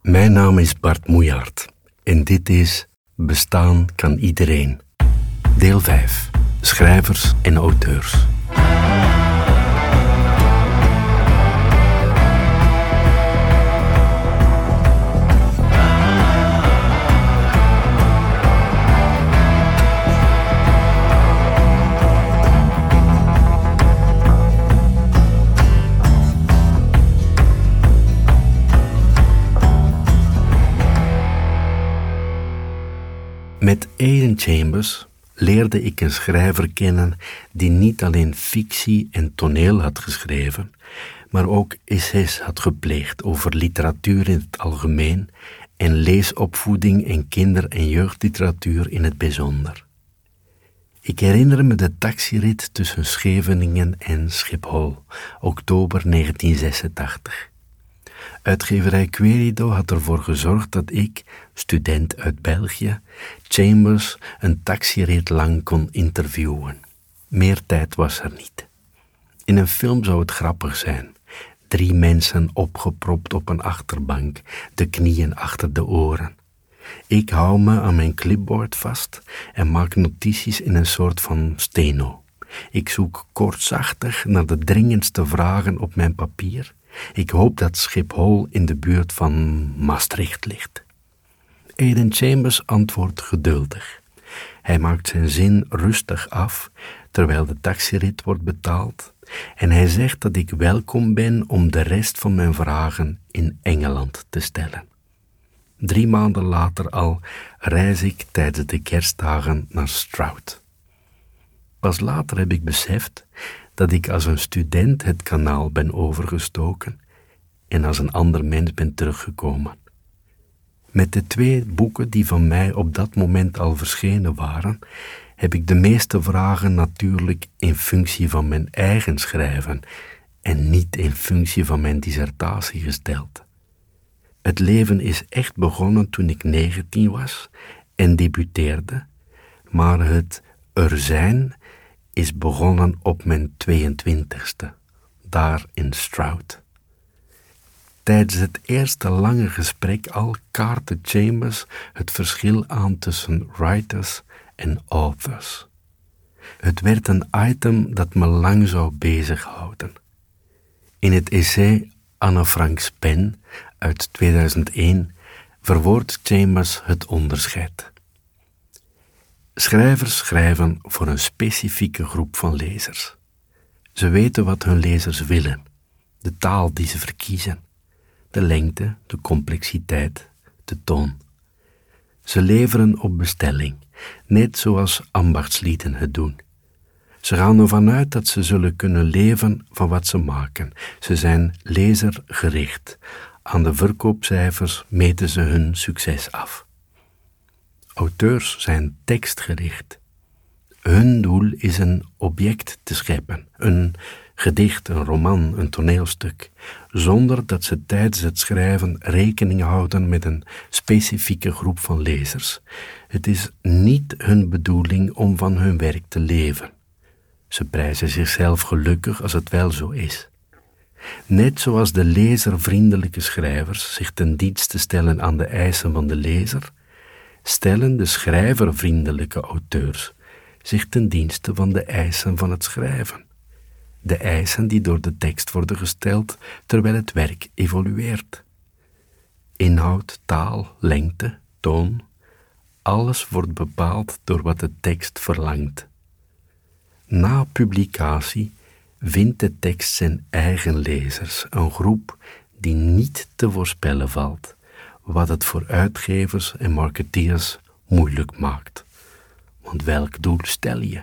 Mijn naam is Bart Moejaert en dit is Bestaan kan iedereen. Deel 5. Schrijvers en auteurs. Met Aidan Chambers leerde ik een schrijver kennen die niet alleen fictie en toneel had geschreven, maar ook essays had gepleegd over literatuur in het algemeen en leesopvoeding en kinder- en jeugdliteratuur in het bijzonder. Ik herinner me de taxirit tussen Scheveningen en Schiphol, oktober 1986. Uitgeverij Querido had ervoor gezorgd dat ik, student uit België, Chambers een taxirit lang kon interviewen. Meer tijd was er niet. In een film zou het grappig zijn. 3 mensen opgepropt op een achterbank, de knieën achter de oren. Ik hou me aan mijn clipboard vast en maak notities in een soort van steno. Ik zoek kortsachtig naar de dringendste vragen op mijn papier. Ik hoop dat Schiphol in de buurt van Maastricht ligt. Aidan Chambers antwoordt geduldig. Hij maakt zijn zin rustig af, terwijl de taxirit wordt betaald, en hij zegt dat ik welkom ben om de rest van mijn vragen in Engeland te stellen. 3 maanden later al reis ik tijdens de kerstdagen naar Stroud. Pas later heb ik beseft dat ik als een student het kanaal ben overgestoken en als een ander mens ben teruggekomen. Met de 2 boeken die van mij op dat moment al verschenen waren, heb ik de meeste vragen natuurlijk in functie van mijn eigen schrijven en niet in functie van mijn dissertatie gesteld. Het leven is echt begonnen toen ik 19 was en debuteerde, maar het er zijn is begonnen op mijn 22e, daar in Stroud. Tijdens het eerste lange gesprek al kaartte Chambers het verschil aan tussen writers en authors. Het werd een item dat me lang zou bezighouden. In het essay Anne Frank's pen uit 2001 verwoordt Chambers het onderscheid. Schrijvers schrijven voor een specifieke groep van lezers. Ze weten wat hun lezers willen, de taal die ze verkiezen, de lengte, de complexiteit, de toon. Ze leveren op bestelling, net zoals ambachtslieden het doen. Ze gaan ervan uit dat ze zullen kunnen leven van wat ze maken. Ze zijn lezergericht. Aan de verkoopcijfers meten ze hun succes af. Auteurs zijn tekstgericht. Hun doel is een object te scheppen, een gedicht, een roman, een toneelstuk, zonder dat ze tijdens het schrijven rekening houden met een specifieke groep van lezers. Het is niet hun bedoeling om van hun werk te leven. Ze prijzen zichzelf gelukkig als het wel zo is. Net zoals de lezervriendelijke schrijvers zich ten dienste stellen aan de eisen van de lezer, stellen de schrijvervriendelijke auteurs zich ten dienste van de eisen van het schrijven. De eisen die door de tekst worden gesteld terwijl het werk evolueert. Inhoud, taal, lengte, toon, alles wordt bepaald door wat de tekst verlangt. Na publicatie vindt de tekst zijn eigen lezers, een groep die niet te voorspellen valt, wat het voor uitgevers en marketeers moeilijk maakt. Want welk doel stel je?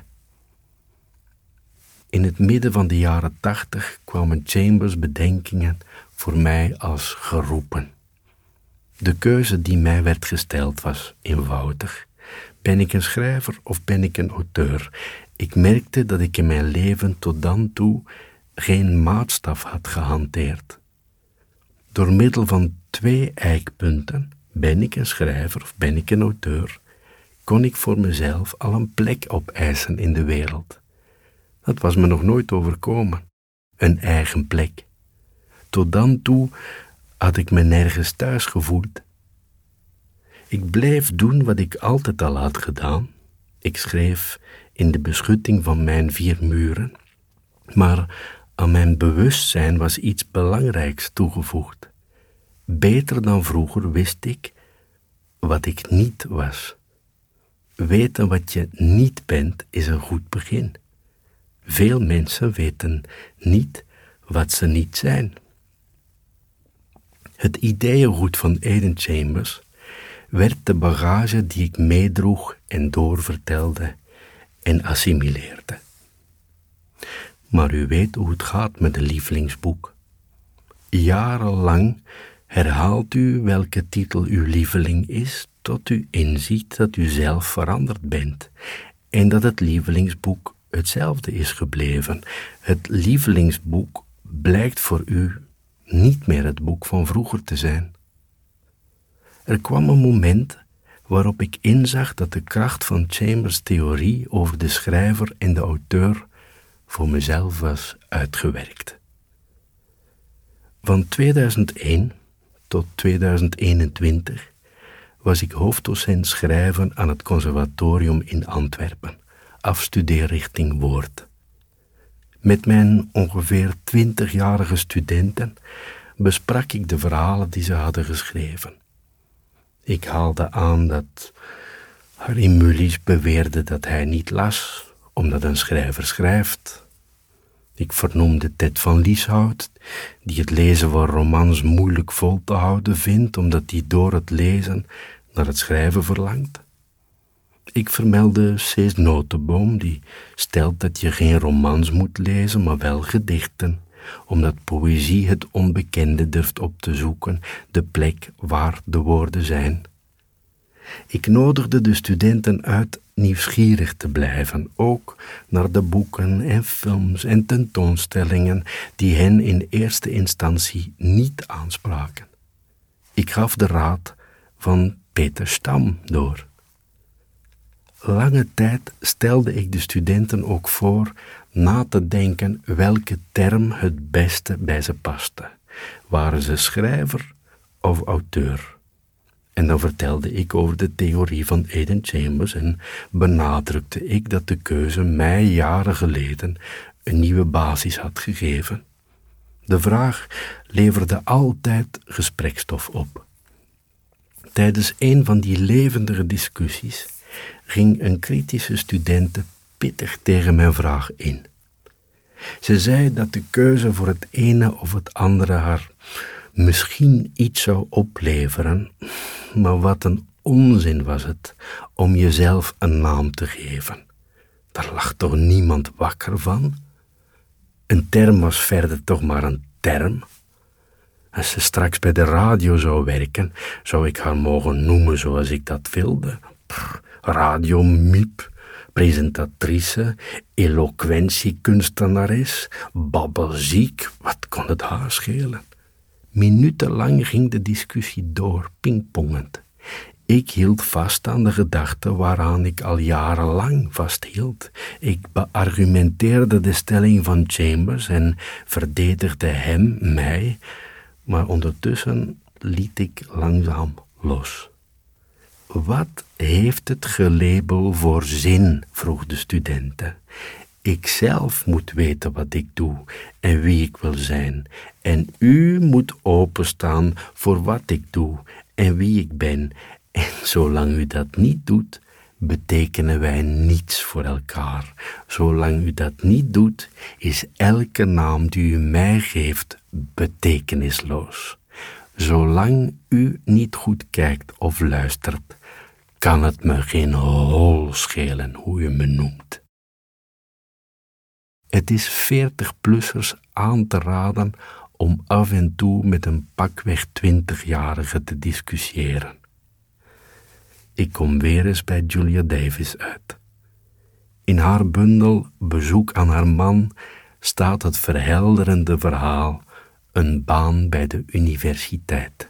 In het midden van de jaren 80 kwamen Chambers' bedenkingen voor mij als geroepen. De keuze die mij werd gesteld was eenvoudig. Ben ik een schrijver of ben ik een auteur? Ik merkte dat ik in mijn leven tot dan toe geen maatstaf had gehanteerd. Door middel van 2 eikpunten, ben ik een schrijver of ben ik een auteur, kon ik voor mezelf al een plek opeisen in de wereld. Dat was me nog nooit overkomen, een eigen plek. Tot dan toe had ik me nergens thuis gevoeld. Ik bleef doen wat ik altijd al had gedaan. Ik schreef in de beschutting van mijn 4 muren, maar aan mijn bewustzijn was iets belangrijks toegevoegd. Beter dan vroeger wist ik wat ik niet was. Weten wat je niet bent is een goed begin. Veel mensen weten niet wat ze niet zijn. Het ideeëngoed van Eden Chambers werd de bagage die ik meedroeg en doorvertelde en assimileerde. Maar u weet hoe het gaat met een lievelingsboek. Jarenlang herhaalt u welke titel uw lieveling is, tot u inziet dat u zelf veranderd bent en dat het lievelingsboek hetzelfde is gebleven. Het lievelingsboek blijkt voor u niet meer het boek van vroeger te zijn. Er kwam een moment waarop ik inzag dat de kracht van Chambers' theorie over de schrijver en de auteur voor mezelf was uitgewerkt. Van 2001 tot 2021 was ik hoofddocent schrijven aan het conservatorium in Antwerpen, afstudeerrichting woord. Met mijn ongeveer 20-jarige studenten besprak ik de verhalen die ze hadden geschreven. Ik haalde aan dat Harry Mulisch beweerde dat hij niet las, omdat een schrijver schrijft. Ik vernoemde Ted van Lieshout, die het lezen van romans moeilijk vol te houden vindt, omdat hij door het lezen naar het schrijven verlangt. Ik vermeldde Cees Notenboom, die stelt dat je geen romans moet lezen, maar wel gedichten, omdat poëzie het onbekende durft op te zoeken, de plek waar de woorden zijn. Ik nodigde de studenten uit nieuwsgierig te blijven, ook naar de boeken en films en tentoonstellingen die hen in eerste instantie niet aanspraken. Ik gaf de raad van Peter Stam door. Lange tijd stelde ik de studenten ook voor na te denken welke term het beste bij ze paste. Waren ze schrijver of auteur? En dan vertelde ik over de theorie van Eden Chambers en benadrukte ik dat de keuze mij jaren geleden een nieuwe basis had gegeven. De vraag leverde altijd gesprekstof op. Tijdens een van die levendige discussies ging een kritische studente pittig tegen mijn vraag in. Ze zei dat de keuze voor het ene of het andere haar misschien iets zou opleveren, maar wat een onzin was het om jezelf een naam te geven. Daar lag toch niemand wakker van? Een term was verder toch maar een term? Als ze straks bij de radio zou werken, zou ik haar mogen noemen zoals ik dat wilde. Radiomiep, presentatrice, eloquentiekunstenares, babbelziek, wat kon het haar schelen? Minutenlang ging de discussie door, pingpongend. Ik hield vast aan de gedachte waaraan ik al jarenlang vasthield. Ik beargumenteerde de stelling van Chambers en verdedigde hem, mij, maar ondertussen liet ik langzaam los. Wat heeft het gelabel voor zin? Vroeg de studenten. Ik zelf moet weten wat ik doe en wie ik wil zijn. En u moet openstaan voor wat ik doe en wie ik ben. En zolang u dat niet doet, betekenen wij niets voor elkaar. Zolang u dat niet doet, is elke naam die u mij geeft betekenisloos. Zolang u niet goed kijkt of luistert, kan het me geen hol schelen hoe u me noemt. Het is 40-plussers aan te raden om af en toe met een pakweg 20-jarige te discussiëren. Ik kom weer eens bij Julia Davis uit. In haar bundel Bezoek aan haar man staat het verhelderende verhaal Een baan bij de universiteit.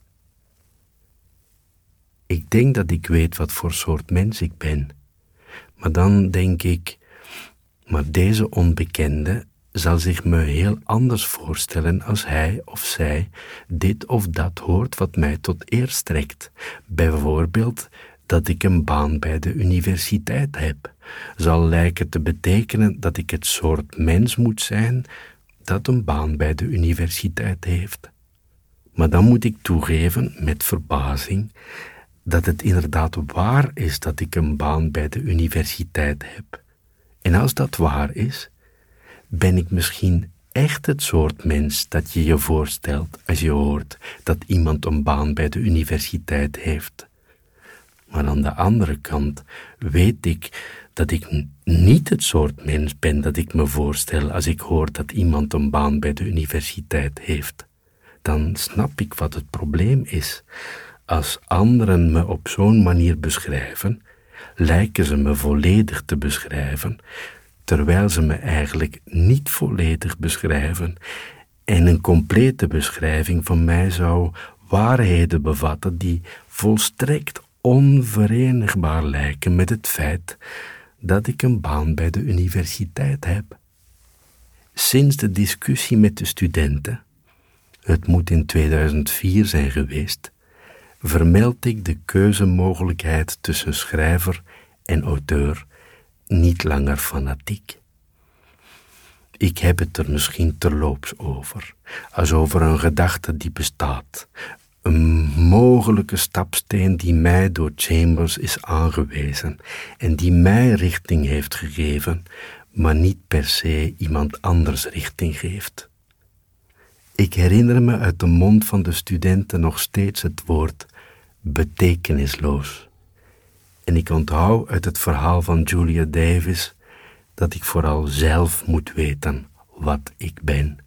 Ik denk dat ik weet wat voor soort mens ik ben, maar dan denk ik, maar deze onbekende zal zich me heel anders voorstellen als hij of zij dit of dat hoort wat mij tot eer strekt. Bijvoorbeeld dat ik een baan bij de universiteit heb, zal lijken te betekenen dat ik het soort mens moet zijn dat een baan bij de universiteit heeft. Maar dan moet ik toegeven, met verbazing, dat het inderdaad waar is dat ik een baan bij de universiteit heb. En als dat waar is, ben ik misschien echt het soort mens dat je je voorstelt als je hoort dat iemand een baan bij de universiteit heeft. Maar aan de andere kant weet ik dat ik niet het soort mens ben dat ik me voorstel als ik hoor dat iemand een baan bij de universiteit heeft. Dan snap ik wat het probleem is. Als anderen me op zo'n manier beschrijven, lijken ze me volledig te beschrijven, terwijl ze me eigenlijk niet volledig beschrijven. En een complete beschrijving van mij zou waarheden bevatten die volstrekt onverenigbaar lijken met het feit dat ik een baan bij de universiteit heb. Sinds de discussie met de studenten, het moet in 2004 zijn geweest, vermeld ik de keuzemogelijkheid tussen schrijver en auteur niet langer fanatiek. Ik heb het er misschien terloops over, als over een gedachte die bestaat, een mogelijke stapsteen die mij door Chambers is aangewezen en die mij richting heeft gegeven, maar niet per se iemand anders richting geeft. Ik herinner me uit de mond van de studenten nog steeds het woord betekenisloos. En ik onthoud uit het verhaal van Julia Davis dat ik vooral zelf moet weten wat ik ben.